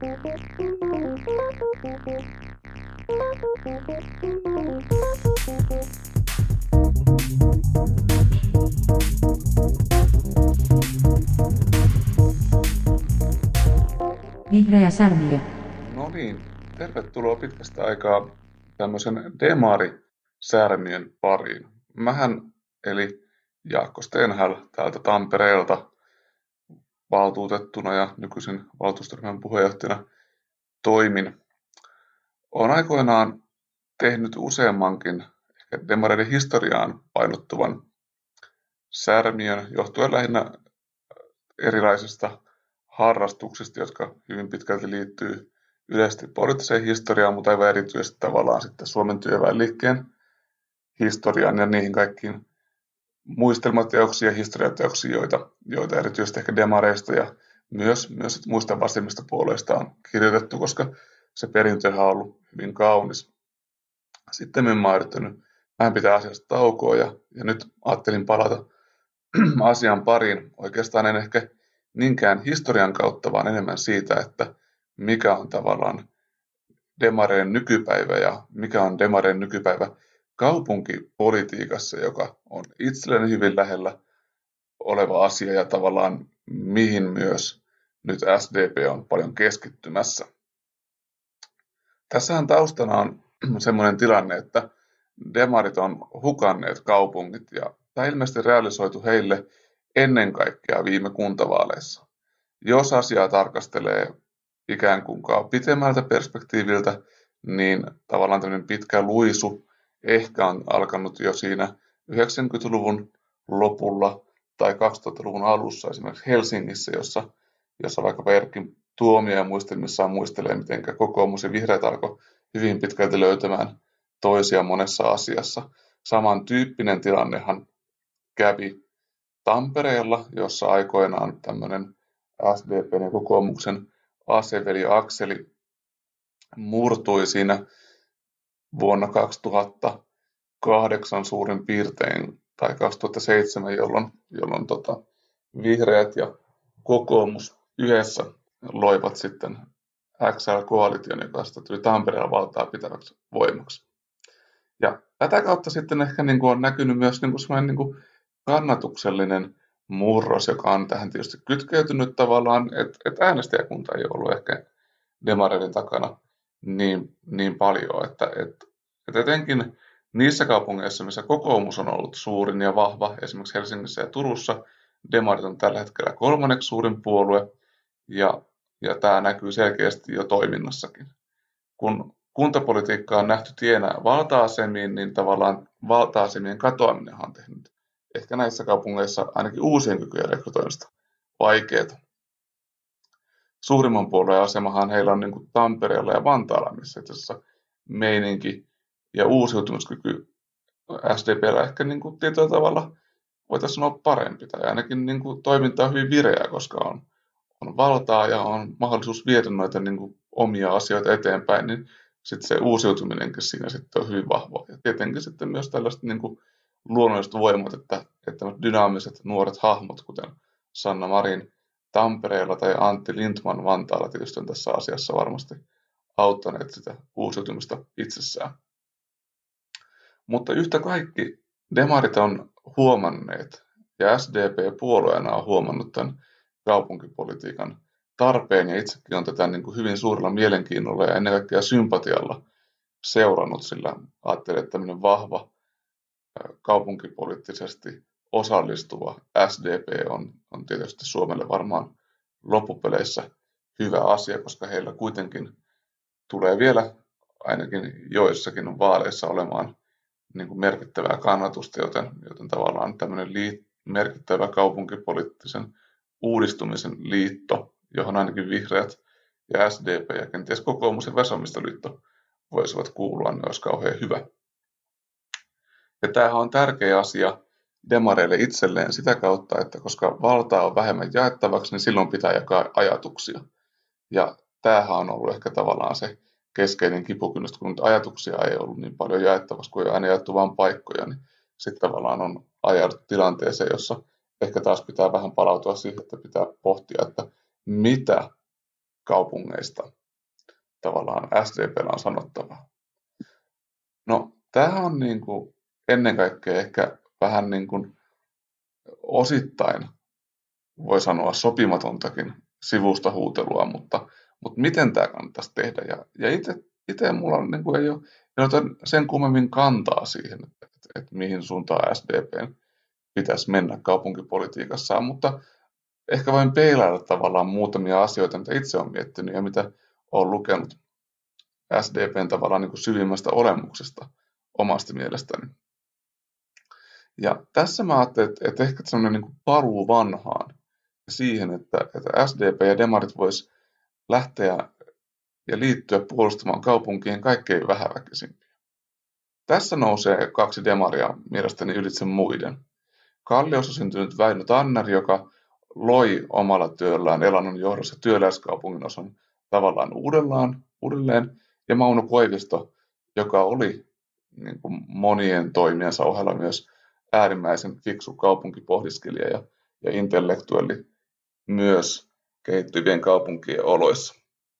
Vihreä särmiö. No niin, tervetuloa pitkästä aikaa tämmöisen Demari-särmiön pariin. Mähän, eli Jaakko Stenhäll täältä Tampereelta valtuutettuna ja nykyisin valtuustoryhmän puheenjohtajana toimin. Olen aikoinaan tehnyt useammankin ehkä demareiden historiaan painottuvan särmiön johtuen lähinnä erilaisista harrastuksista, jotka hyvin pitkälti liittyy yleisesti poliittiseen historiaan, mutta aivan erityisesti tavallaan sitten Suomen työväenliikkeen historiaan ja niihin kaikkiin muistelmateoksiin ja historiateoksiin, joita erityisesti ehkä demareista ja myös muista vasemmistopuolueista on kirjoitettu, koska se perintöhän on ollut hyvin kaunis. Sitten mä oon yrittänyt vähän pitää asiasta taukoa ja nyt ajattelin palata asian pariin. Oikeastaan en ehkä niinkään historian kautta, vaan enemmän siitä, että mikä on tavallaan demareen nykypäivä ja mikä on demareen nykypäivä kaupunkipolitiikassa, joka on itselleni hyvin lähellä oleva asia ja tavallaan mihin myös nyt SDP on paljon keskittymässä. Tässähän taustana on semmoinen tilanne, että demarit on hukanneet kaupungit ja tämä ilmeisesti realisoitu heille ennen kaikkea viime kuntavaaleissa. Jos asiaa tarkastelee ikään kuin pitemmältä perspektiiviltä, niin tavallaan tämmöinen pitkä luisu ehkä on alkanut jo siinä 90-luvun lopulla tai 2000-luvun alussa esimerkiksi Helsingissä, jossa vaikka Erkki Tuomioja muistelmissaan muistelee, miten kokoomus ja vihreät alkoi hyvin pitkälti löytämään toisia monessa asiassa. Samantyyppinen tilannehan kävi Tampereella, jossa aikoinaan tämmöinen SDP:n ja kokoomuksen aseveli-akseli murtui siinä vuonna 2008 suurin piirtein tai 2007, jolloin vihreät ja kokoomus yhdessä loivat sitten XL-koalition, joka sitten tuli Tampereella valtaa pitäväksi voimaksi. Ja tätä kautta sitten ehkä on näkynyt myös sellainen kannatuksellinen murros, joka on tähän tietysti kytkeytynyt tavallaan, että äänestäjäkunta ei ollut ehkä demareiden takana niin paljon, että etenkin niissä kaupungeissa, missä kokoomus on ollut suurin ja vahva, esimerkiksi Helsingissä ja Turussa, demarit on tällä hetkellä kolmanneksi suurin puolue, ja tämä näkyy selkeästi jo toiminnassakin. Kun kuntapolitiikka on nähty tienä valta-asemiin, niin tavallaan valta-asemien katoaminen on tehnyt ehkä näissä kaupungeissa ainakin uusien kykyjen rekrytoinnista vaikeaa. Suurimman puolueen asemahan heillä on Tampereella ja Vantaalla, missä itse asiassa meininki ja uusiutumiskyky SDP:llä ehkä tietyllä tavalla voitaisiin sanoa parempi. Tai ainakin toiminta on hyvin vireää, koska on valtaa ja on mahdollisuus viedä noita omia asioita eteenpäin, niin sitten se uusiutuminenkin siinä sitten on hyvin vahva. Ja tietenkin sitten myös tällaiset luonnolliset voimat, että dynaamiset nuoret hahmot, kuten Sanna Marin Tampereella tai Antti Lindtman Vantaalla tietysti on tässä asiassa varmasti auttaneet sitä uusiutumista itsessään. Mutta yhtä kaikki demarit on huomanneet ja SDP puolueena on huomannut tämän kaupunkipolitiikan tarpeen ja itsekin on tätä hyvin suurella mielenkiinnolla ja ennen kaikkea sympatialla seurannut, sillä ajattelin, että tämmöinen vahva kaupunkipoliittisesti osallistuva SDP on tietysti Suomelle varmaan loppupeleissä hyvä asia, koska heillä kuitenkin tulee vielä ainakin joissakin vaaleissa olemaan merkittävää kannatusta, joten tavallaan tämmöinen merkittävä kaupunkipoliittisen uudistumisen liitto, johon ainakin vihreät ja SDP ja kenties kokoomus ja vasemmistoliitto voisivat kuulua, niin olisi kauhean hyvä. Ja tämähän on tärkeä asia demareille itselleen sitä kautta, että koska valtaa on vähemmän jaettavaksi, niin silloin pitää jakaa ajatuksia. Ja tämähän on ollut ehkä tavallaan se keskeinen kipukynnys, kun nyt ajatuksia ei ollut niin paljon jaettavaksi, kun on aina jaettu vain paikkoja, niin sitten tavallaan on ajauduttu tilanteeseen, jossa ehkä taas pitää vähän palautua siihen, että pitää pohtia, että mitä kaupungeista tavallaan SDP:llä on sanottavaa. No, tämä on niin kuin ennen kaikkea ehkä vähän niin kuin osittain, voi sanoa sopimatontakin sivusta huutelua, mutta miten tämä kannattaisi tehdä? Ja itse mulla on, niin kuin ei ole sen kummemmin kantaa siihen, että mihin suuntaan SDPn pitäisi mennä kaupunkipolitiikassaan, mutta ehkä voin peilailla tavallaan muutamia asioita, mitä itse olen miettinyt ja mitä olen lukenut SDPn tavallaan niin kuin syvimmästä olemuksesta omasta mielestäni. Ja tässä mä ajattelin, että ehkä sellainen niin kuin paluu vanhaan siihen, että SDP ja demarit vois lähteä ja liittyä puolustamaan kaupunkien kaikkein vähäväkisimpiä. Tässä nousee kaksi demaria mielestäni ylitse muiden. Kalliossa syntynyt Väinö Tanner, joka loi omalla työllään elannon johdossa työläiskaupungin osan tavallaan uudelleen, ja Mauno Koivisto, joka oli niin kuin monien toimiensa ohella myös äärimmäisen fiksu kaupunkipohdiskelija ja intellektuelli myös kehittyvien kaupunkien oloissa.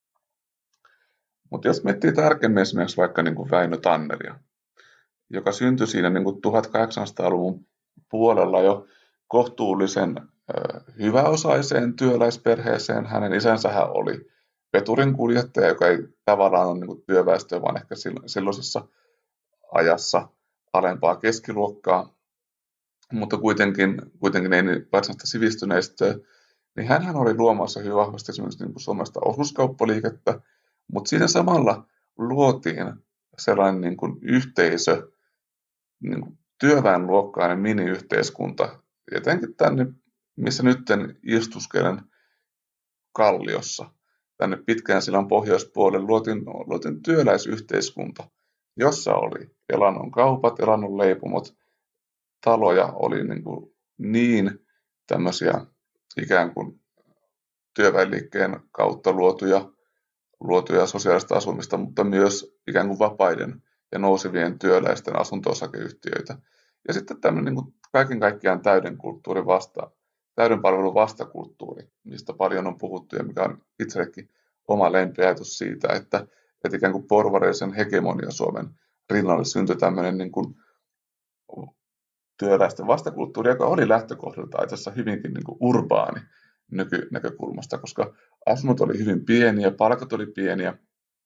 Mutta jos miettii tarkemmin esimerkiksi vaikka niin kuin Väinö Tanneria, joka syntyi siinä niin kuin 1800-luvun puolella jo kohtuullisen hyväosaiseen työläisperheeseen. Hänen isänsähän oli veturinkuljettaja, joka ei tavallaan ole niin kuin työväestöä, vaan ehkä silloisessa ajassa alempaa keskiluokkaa, mutta kuitenkin ei varsinaista sivistyneistöä. Niin hänhän oli luomassa hyvin vahvasti esimerkiksi niin kuin Suomesta osuuskauppaliikettä, mutta siinä samalla luotiin sellainen niin kuin yhteisö, niin kuin työväenluokkainen mini-yhteiskunta, etenkin tänne, missä nyt istuskelen Kalliossa, tänne pitkään sillan pohjoispuolelle luotiin työläisyhteiskunta, jossa oli elannon kaupat, elannon leipomot, taloja oli niin tämmöisiä ikään kuin työväenliikkeen kautta luotuja sosiaalista asumista, mutta myös ikään kuin vapaiden ja nousevien työläisten asunto-osakeyhtiöitä. Ja sitten tämmöinen niin kuin kaiken kaikkiaan täyden palvelun vastakulttuuri, mistä paljon on puhuttu ja mikä on itsellekin oma lempiajatus siitä, että ikään kuin porvareisen hegemonia Suomen rinnalle syntyi tämmöinen niin kuin työläisten vastakulttuuri, joka oli lähtökohdilta itse asiassa hyvinkin niin kuin urbaani nykynäkökulmasta, koska asunnot oli hyvin pieniä, palkat oli pieniä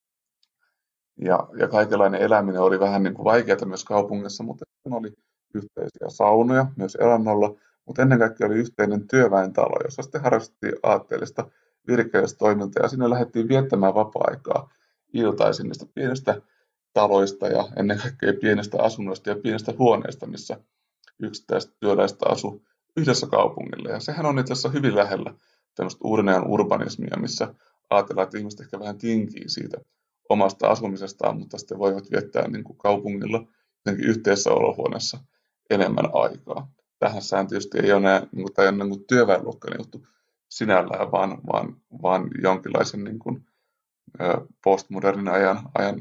ja kaikenlainen eläminen oli vähän niin kuin vaikeaa myös kaupungissa, mutta oli yhteisiä saunoja myös elannolla, mutta ennen kaikkea oli yhteinen työväentalo, jossa sitten harrastettiin aatteellista virikkeellistoimintaa ja sinne lähdettiin viettämään vapaa-aikaa iltaisin niistä pienistä taloista ja ennen kaikkea pienistä asunnoista ja pienistä huoneista, missä yksittäiset työläiset asui yhdessä kaupungilla. Ja sehän on itse asiassa hyvin lähellä tämmöistä uuden ajan urbanismia, missä ajatellaan, että ihmiset ehkä vähän tinkii siitä omasta asumisestaan, mutta sitten voivat viettää niin kuin kaupungilla jotenkin yhteisessä olohuoneessa enemmän aikaa. Tähän tietysti ei ole niin kuin työväenluokkainen juttu sinällään, vaan jonkinlaisen niin kuin, postmodernin ajan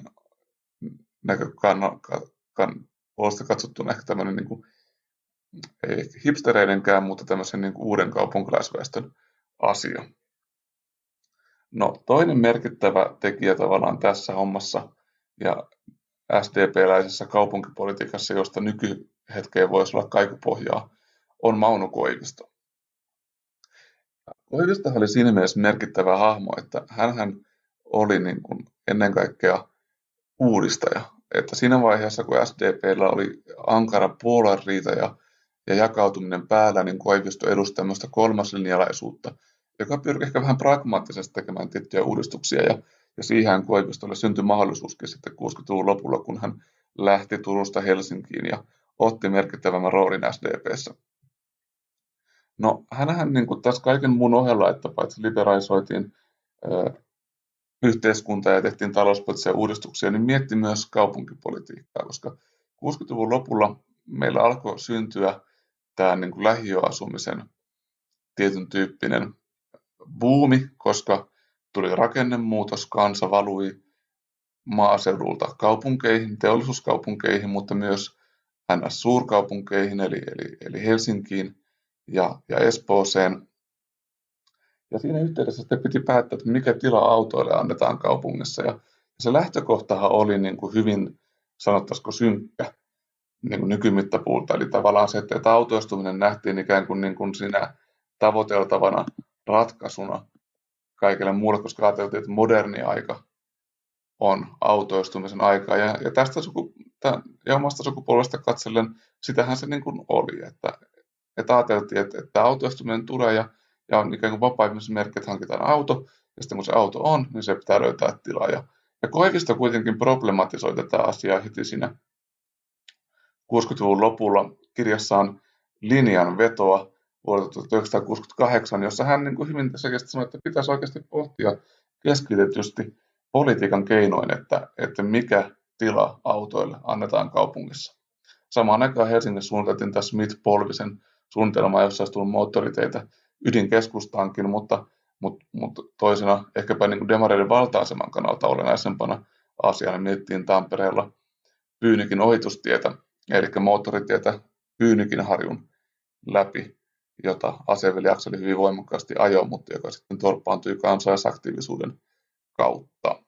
puolesta katsottuna ehkä tämmöinen niin kuin, ei ehkä hipstereidenkään, mutta tämmöisen niin kuin uuden kaupunkilaisväestön asia. No, toinen merkittävä tekijä tavallaan tässä hommassa ja SDP-läisessä kaupunkipolitiikassa, josta nykyhetkeen voisi olla kaikupohjaa, on Mauno Koivisto. Koivisto oli siinä mielessä merkittävä hahmo, että hänhän oli niin kuin ennen kaikkea uudistaja. Että siinä vaiheessa, kun SDP:llä oli ankara puolueriita ja jakautuminen päällä, niin Koivisto edusti tämmöistä kolmaslinjalaisuutta, joka pyrki ehkä vähän pragmaattisesti tekemään tiettyjä uudistuksia. Ja siihen Koivistolle syntyi mahdollisuuskin sitten 60-luvun lopulla, kun hän lähti Turusta Helsinkiin ja otti merkittävämmän roolin SDP:ssä. No, hänhän niin kuin tässä kaiken muun ohella, että paitsi liberalisoitiin yhteiskuntaa ja tehtiin talouspoliittisia uudistuksia, niin mietti myös kaupunkipolitiikkaa, koska 60-luvun lopulla meillä alkoi syntyä tämä niin kuin lähiöasumisen tietyn tyyppinen buumi, koska tuli rakennemuutos, kansa valui maaseudulta kaupunkeihin, teollisuuskaupunkeihin, mutta myös NS-suurkaupunkeihin, eli Helsinkiin ja Espooseen. Ja siinä yhteydessä sitten piti päättää, että mikä tila autoille annetaan kaupungissa. Ja se lähtökohtahan oli niin kuin hyvin, sanottaisiko synkkä niin kuin nykymittapuulta. Eli tavallaan se, että autoistuminen nähtiin ikään kuin, siinä tavoiteltavana ratkaisuna kaikille muulle, koska ajateltiin, että moderni aika on autoistumisen aikaa. Ja ja omasta sukupolvesta katsellen sitähän se niin kuin oli, että ajateltiin, että autoistuminen tulee ja on ikään kuin vapaa-ihmismerkki, että hankitaan auto, ja sitten kun se auto on, niin se pitää löytää tilaa. Ja Koivisto kuitenkin problematisoi tätä asiaa heti siinä 60-luvun lopulla kirjassaan Linjan vetoa vuodelta 1968, jossa hän niin kuin hyvin selkeästi sanoi, että pitäisi oikeasti pohtia keskitetysti politiikan keinoin, että mikä tila autoille annetaan kaupungissa. Samaan aikaan Helsingissä suunniteltiin tässä Smith-Polvisen suunnitelmaa, jossa olisi tullut moottoriteitä ydinkeskustaankin, mutta toisena ehkäpä niin kuin demareiden valta-aseman kannalta olennaisempana asiana miettiin Tampereella Pyynikin ohitustietä, eli moottoritietä Pyynikinharjun läpi, jota Aseveli Akseli hyvin voimakkaasti ajoi, mutta joka sitten torppaantui kansalaisaktiivisuuden kautta.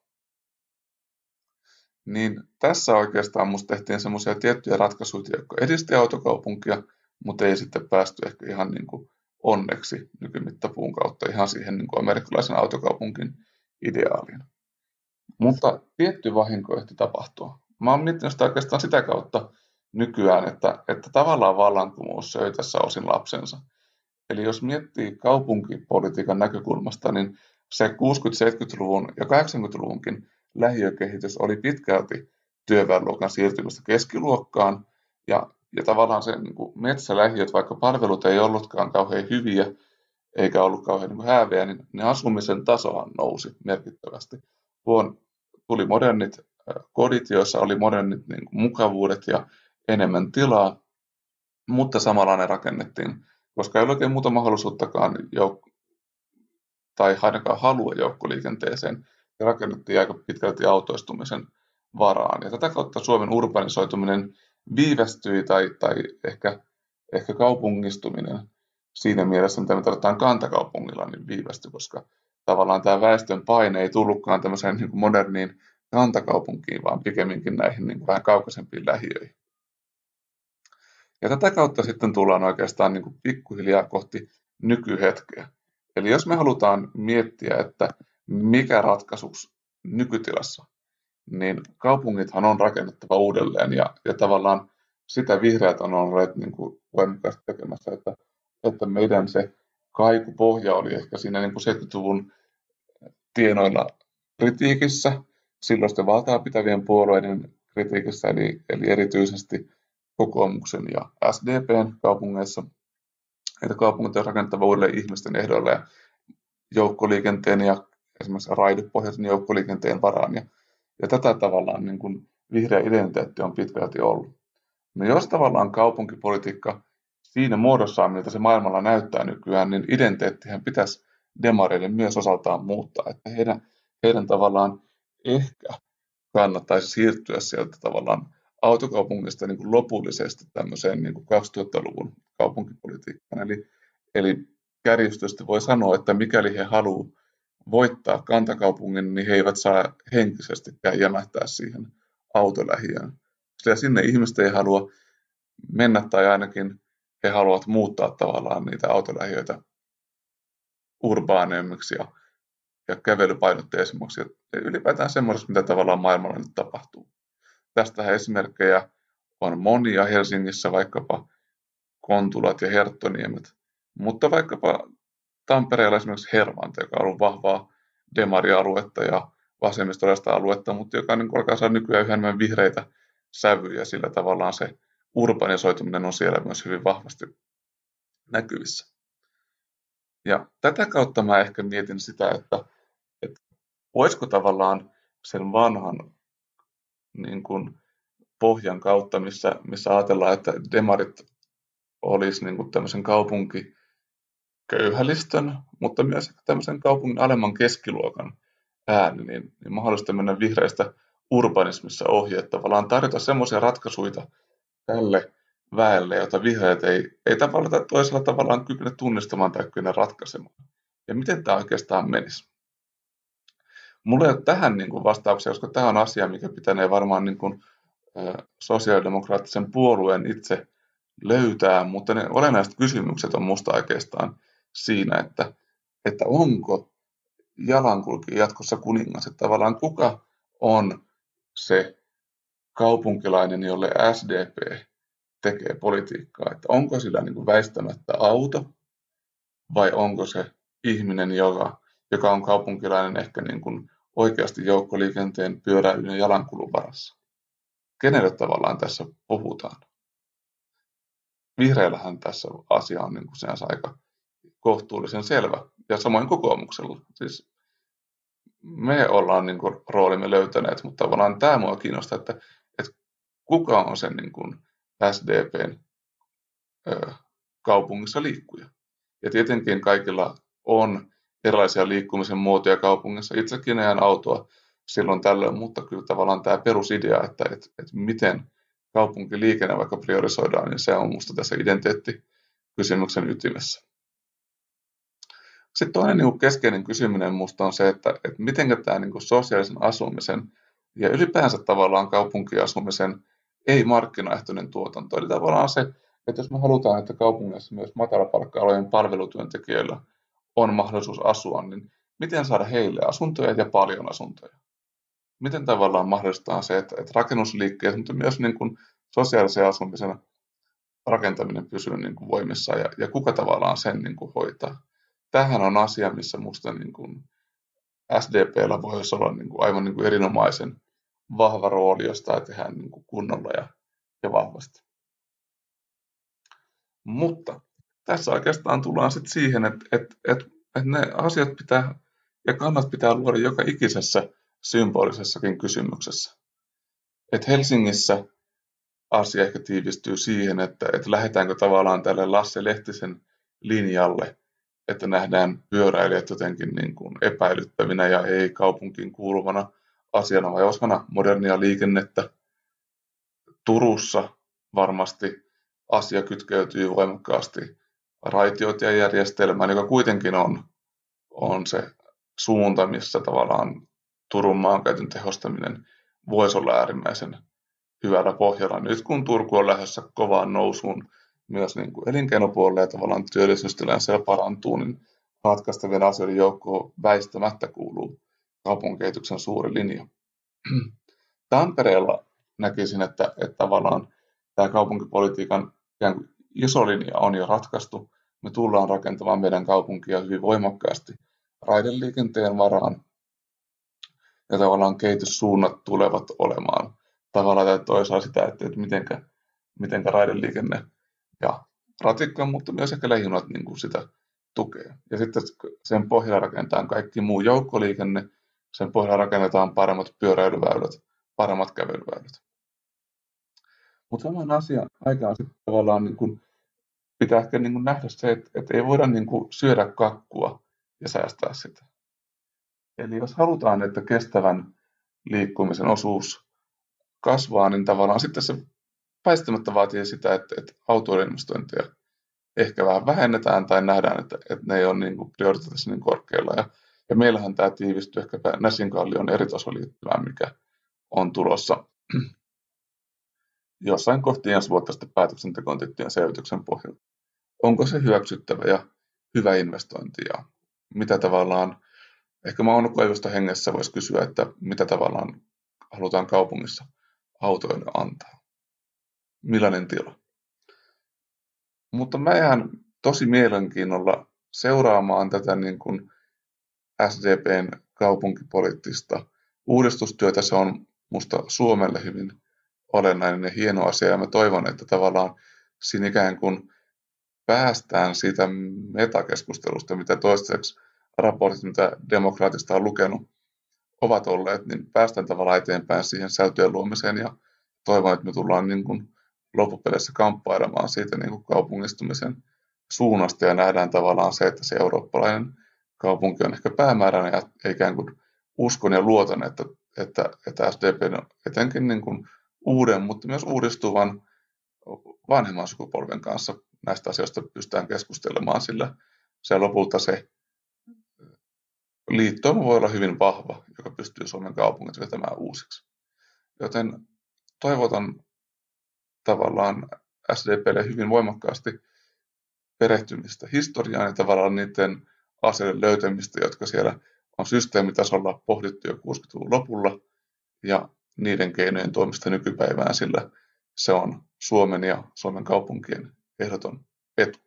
Niin tässä oikeastaan musta tehtiin semmoisia tiettyjä ratkaisuja, jotka edisti autokaupunkia, mutta ei sitten päästy ehkä ihan niin kuin onneksi nykymittapuun kautta ihan siihen niin kuin amerikkalaisen autokaupunkin ideaaliin. Mutta tietty vahinko ehti tapahtua. Mä oon miettinyt sitä oikeastaan sitä kautta nykyään, että tavallaan vallankumous söi tässä osin lapsensa. Eli jos miettii kaupunkipolitiikan näkökulmasta, niin se 60-, 70-luvun ja 80-luvunkin lähiökehitys oli pitkälti työväenluokan siirtymistä keskiluokkaan. Ja tavallaan se niin kuin metsälähiöt, vaikka palvelut ei ollutkaan kauhean hyviä eikä ollut kauhean niin hääviä, niin ne asumisen tasohan nousi merkittävästi. Tuli modernit kodit, joissa oli modernit niin kuin mukavuudet ja enemmän tilaa, mutta samalla ne rakennettiin, koska ei ole oikein muuta mahdollisuuttakaan tai ainakaan halua joukkoliikenteeseen, ja rakennettiin aika pitkälti autoistumisen varaan. Ja tätä kautta Suomen urbanisoituminen viivästyi tai ehkä kaupungistuminen siinä mielessä, mitä me tarvitaan kantakaupungilla, niin viivästyi, koska tavallaan tämä väestön paine ei tullutkaan tämmöiseen niin kuin moderniin kantakaupunkiin, vaan pikemminkin näihin niin kuin vähän kaukaisempiin lähiöihin. Ja tätä kautta sitten tullaan oikeastaan niin kuin pikkuhiljaa kohti nykyhetkeä. Eli jos me halutaan miettiä, että mikä ratkaisuksi nykytilassa, niin kaupungithan on rakennettava uudelleen ja tavallaan sitä vihreät on olleet niin kuin voimakkaasti tekemässä, että meidän se kaikupohja oli ehkä siinä niin kuin 70-luvun tienoilla kritiikissä, silloisten valtaa pitävien puolueiden kritiikissä, eli erityisesti kokoomuksen ja SDPn kaupungeissa, että kaupungit on rakennettava uudelleen ihmisten ehdoilla ja joukkoliikenteen ja esimerkiksi raidepohjaisen joukkoliikenteen varaan. Ja tätä tavallaan niin kuin vihreä identiteetti on pitkälti ollut. No jos tavallaan kaupunkipolitiikka siinä muodossaan, miltä se maailmalla näyttää nykyään, niin identiteettihän pitäisi demareiden myös osaltaan muuttaa, että heidän tavallaan ehkä kannattaisi siirtyä sieltä tavallaan autokaupungista niin kuin lopullisesti tämmöiseen niin kuin 2000-luvun kaupunkipolitiikkaan. Eli kärjistysti voi sanoa, että mikäli he haluavat voittaa kantakaupungin, niin he eivät saa henkisestikään jämähtää siihen autolähiöön. Sillä sinne ihmiset ei halua mennä tai ainakin he haluavat muuttaa tavallaan niitä autolähiöitä urbaaneemmiksi ja kävelypainotteisemmiksi ja ylipäätään semmoisessa, mitä tavallaan maailmalla nyt tapahtuu. Tästä esimerkkejä on monia Helsingissä, vaikkapa Kontulat ja Herttoniemet, mutta vaikkapa Tampereella esimerkiksi Hervanta, joka on ollut vahvaa demarialuetta ja vasemmistolaista aluetta, mutta joka niin alkaa saada nykyään yhä enemmän vihreitä sävyjä, sillä tavallaan se urbanisoituminen on siellä myös hyvin vahvasti näkyvissä. Ja tätä kautta mä ehkä mietin sitä, että voisiko tavallaan sen vanhan niin kuin pohjan kautta, missä ajatellaan, että demarit olisi niin kuin tämmöisen kaupunkiköyhälistön, mutta myös tämmöisen kaupungin alemman keskiluokan ääni, niin mahdollista mennä vihreistä urbanismissa ohi, että tavallaan tarjota semmoisia ratkaisuja tälle väelle, jota vihreät ei tavalla tai toisella tavallaan kykene tunnistamaan tai kykene ratkaisemaan. ja miten tämä oikeastaan menisi. Mulla ei ole tähän niin kuin vastauksia, koska tämä on asia, mikä pitänee varmaan niin kuin, sosiaalidemokraattisen puolueen itse löytää, mutta ne olennaiset kysymykset on musta oikeastaan siinä, että onko jalankulkija jatkossa kuningas, että tavallaan kuka on se kaupunkilainen, jolle SDP tekee politiikkaa, että onko sillä niin kuin väistämättä auto vai onko se ihminen, joka on kaupunkilainen ehkä niin kuin oikeasti joukkoliikenteen, pyöräilyn ja jalankulun varassa. Kenelle tavallaan tässä puhutaan? Vihreillähän tässä asia on niin kuin sinänsä aika kohtuullisen selvä, ja samoin kokoomuksella. Siis me ollaan niin kuin roolimme löytäneet, mutta tavallaan tämä mua kiinnostaa, että kuka on sen niin kuin SDPn kaupungissa liikkuja. Ja tietenkin kaikilla on erilaisia liikkumisen muotoja kaupungissa. Itsekin ajan autoa silloin tällöin, mutta kyllä tavallaan tämä perusidea, että miten kaupunkiliikenne vaikka priorisoidaan, niin se on minusta tässä identiteettikysymyksen ytimessä. Sitten toinen niin kuin keskeinen kysyminen minusta on se, että miten tämä niin kuin sosiaalisen asumisen ja ylipäänsä tavallaan kaupunkiasumisen ei-markkinaehtoinen tuotanto. Eli tavallaan se, että jos me halutaan, että kaupungissa myös matalapalkka-alojen palvelutyöntekijöillä on mahdollisuus asua, niin miten saada heille asuntoja ja paljon asuntoja? Miten tavallaan mahdollistaa se, että rakennusliikkeet, mutta myös niin kuin sosiaalisen asumisen rakentaminen pysyy niin kuin voimissa ja kuka tavallaan sen niin kuin hoitaa? Tämähän on asia, missä minusta niin kuin SDP:llä voisi olla niin kuin aivan niin kuin erinomaisen vahva rooli, jos tämä tehdään niin kuin kunnolla ja vahvasti. Mutta tässä oikeastaan tullaan sitten siihen, että ne asiat pitää ja kannat pitää luoda joka ikisessä symbolisessakin kysymyksessä. Että Helsingissä asia ehkä tiivistyy siihen, että lähdetäänkö tavallaan tälle Lasse Lehtisen linjalle, että nähdään pyöräilijät jotenkin niin kuin epäilyttävinä ja ei kaupunkiin kuuluvana asiana vai osana modernia liikennettä. Turussa varmasti asia kytkeytyy voimakkaasti raitiotiejärjestelmään, joka kuitenkin on se suunta, missä tavallaan Turun maankäytön tehostaminen voisi olla äärimmäisen hyvällä pohjalla. Nyt kun Turku on lähdössä kovaan nousuun myös niin kuin elinkeinopuolella ja tavallaan työllisyystilanne siellä parantuu, niin ratkaistavien asioiden joukkoon väistämättä kuuluu kaupunkikehityksen suuri linja. Tampereella näkisin, että tavallaan tämä kaupunkipolitiikan iso linja on jo ratkaistu. Me tullaan rakentamaan meidän kaupunkia hyvin voimakkaasti raideliikenteen varaan. Ja tavallaan kehityssuunnat tulevat olemaan tavallaan tai toisaalta sitä, että mitenkä raideliikenne ja ratikka, mutta myös ehkä lähijunat niin kuin sitä tukee. Ja sitten sen pohjalla rakennetaan kaikki muu joukkoliikenne, sen pohjalla rakennetaan paremmat pyöräilyväylät, paremmat kävelyväylät. Mutta samaan aikaan sitten tavallaan niin kuin pitää ehkä niin kuin nähdä se, että ei voida niin kuin syödä kakkua ja säästää sitä. Eli jos halutaan, että kestävän liikkumisen osuus kasvaa, niin tavallaan sitten se väistämättä vaatii sitä, että autoiluinvestointeja ehkä vähän vähennetään tai nähdään, että ne ei ole niin kuin prioriteetissa niin korkealla. Ja meillähän tämä tiivistyy ehkäpä Näsinkallion eritasoliittymään, mikä on tulossa jossain kohti ensi vuotta sitten päätöksentekoon tehtyjen selvityksen pohjalta. Onko se hyväksyttävä ja hyvä investointi ja mitä tavallaan, ehkä Mauno Koivusta hengessä voisi kysyä, että mitä tavallaan halutaan kaupungissa autoille antaa. Millainen tila? Mutta mä jään tosi mielenkiinnolla seuraamaan tätä niin kuin SDPn kaupunkipoliittista uudistustyötä. Se on musta Suomelle hyvin olennainen ja hieno asia ja mä toivon, että tavallaan siinä ikään kuin päästään siitä metakeskustelusta, mitä toistaiseksi raportit, mitä demokraatista on lukenut, ovat olleet, niin päästään tavallaan eteenpäin siihen säätöjen luomiseen ja toivon, että me tullaan niin kuin loppupeleissä kamppailemaan siitä niin kuin kaupungistumisen suunnasta ja nähdään tavallaan se, että se eurooppalainen kaupunki on ehkä päämääränä ja ikään kuin uskon ja luotan, että SDP etenkin niin kuin uuden, mutta myös uudistuvan vanhemman sukupolven kanssa näistä asioista pystytään keskustelemaan, sillä se lopulta se liittouma voi olla hyvin vahva, joka pystyy Suomen kaupungit vetämään uusiksi. Joten toivotan tavallaan SDP:lle hyvin voimakkaasti perehtymistä historiaan ja tavallaan niiden asioiden löytämistä, jotka siellä on systeemitasolla pohdittu jo 60-luvun lopulla, ja niiden keinojen tuomista nykypäivään, sillä se on Suomen ja Suomen kaupunkien ehdoton etu.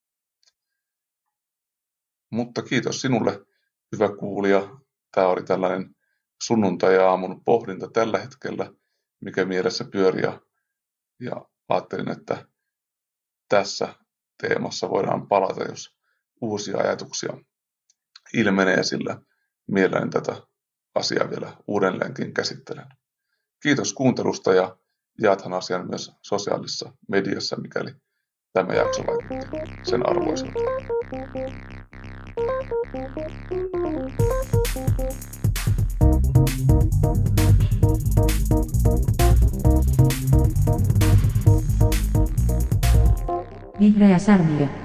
Mutta kiitos sinulle, hyvä kuulija. Tämä oli tällainen sunnuntai-aamun pohdinta tällä hetkellä, mikä mielessä pyöri, ja ajattelin, että tässä teemassa voidaan palata, jos uusia ajatuksia ilmenee, sillä mielelläni tätä asiaa vielä uudelleenkin käsittelen. Kiitos kuuntelusta ja jaathan asian myös sosiaalisessa mediassa, mikäli tämä jakso vaikuttaa sen arvoiselta. Vihreä särmiö.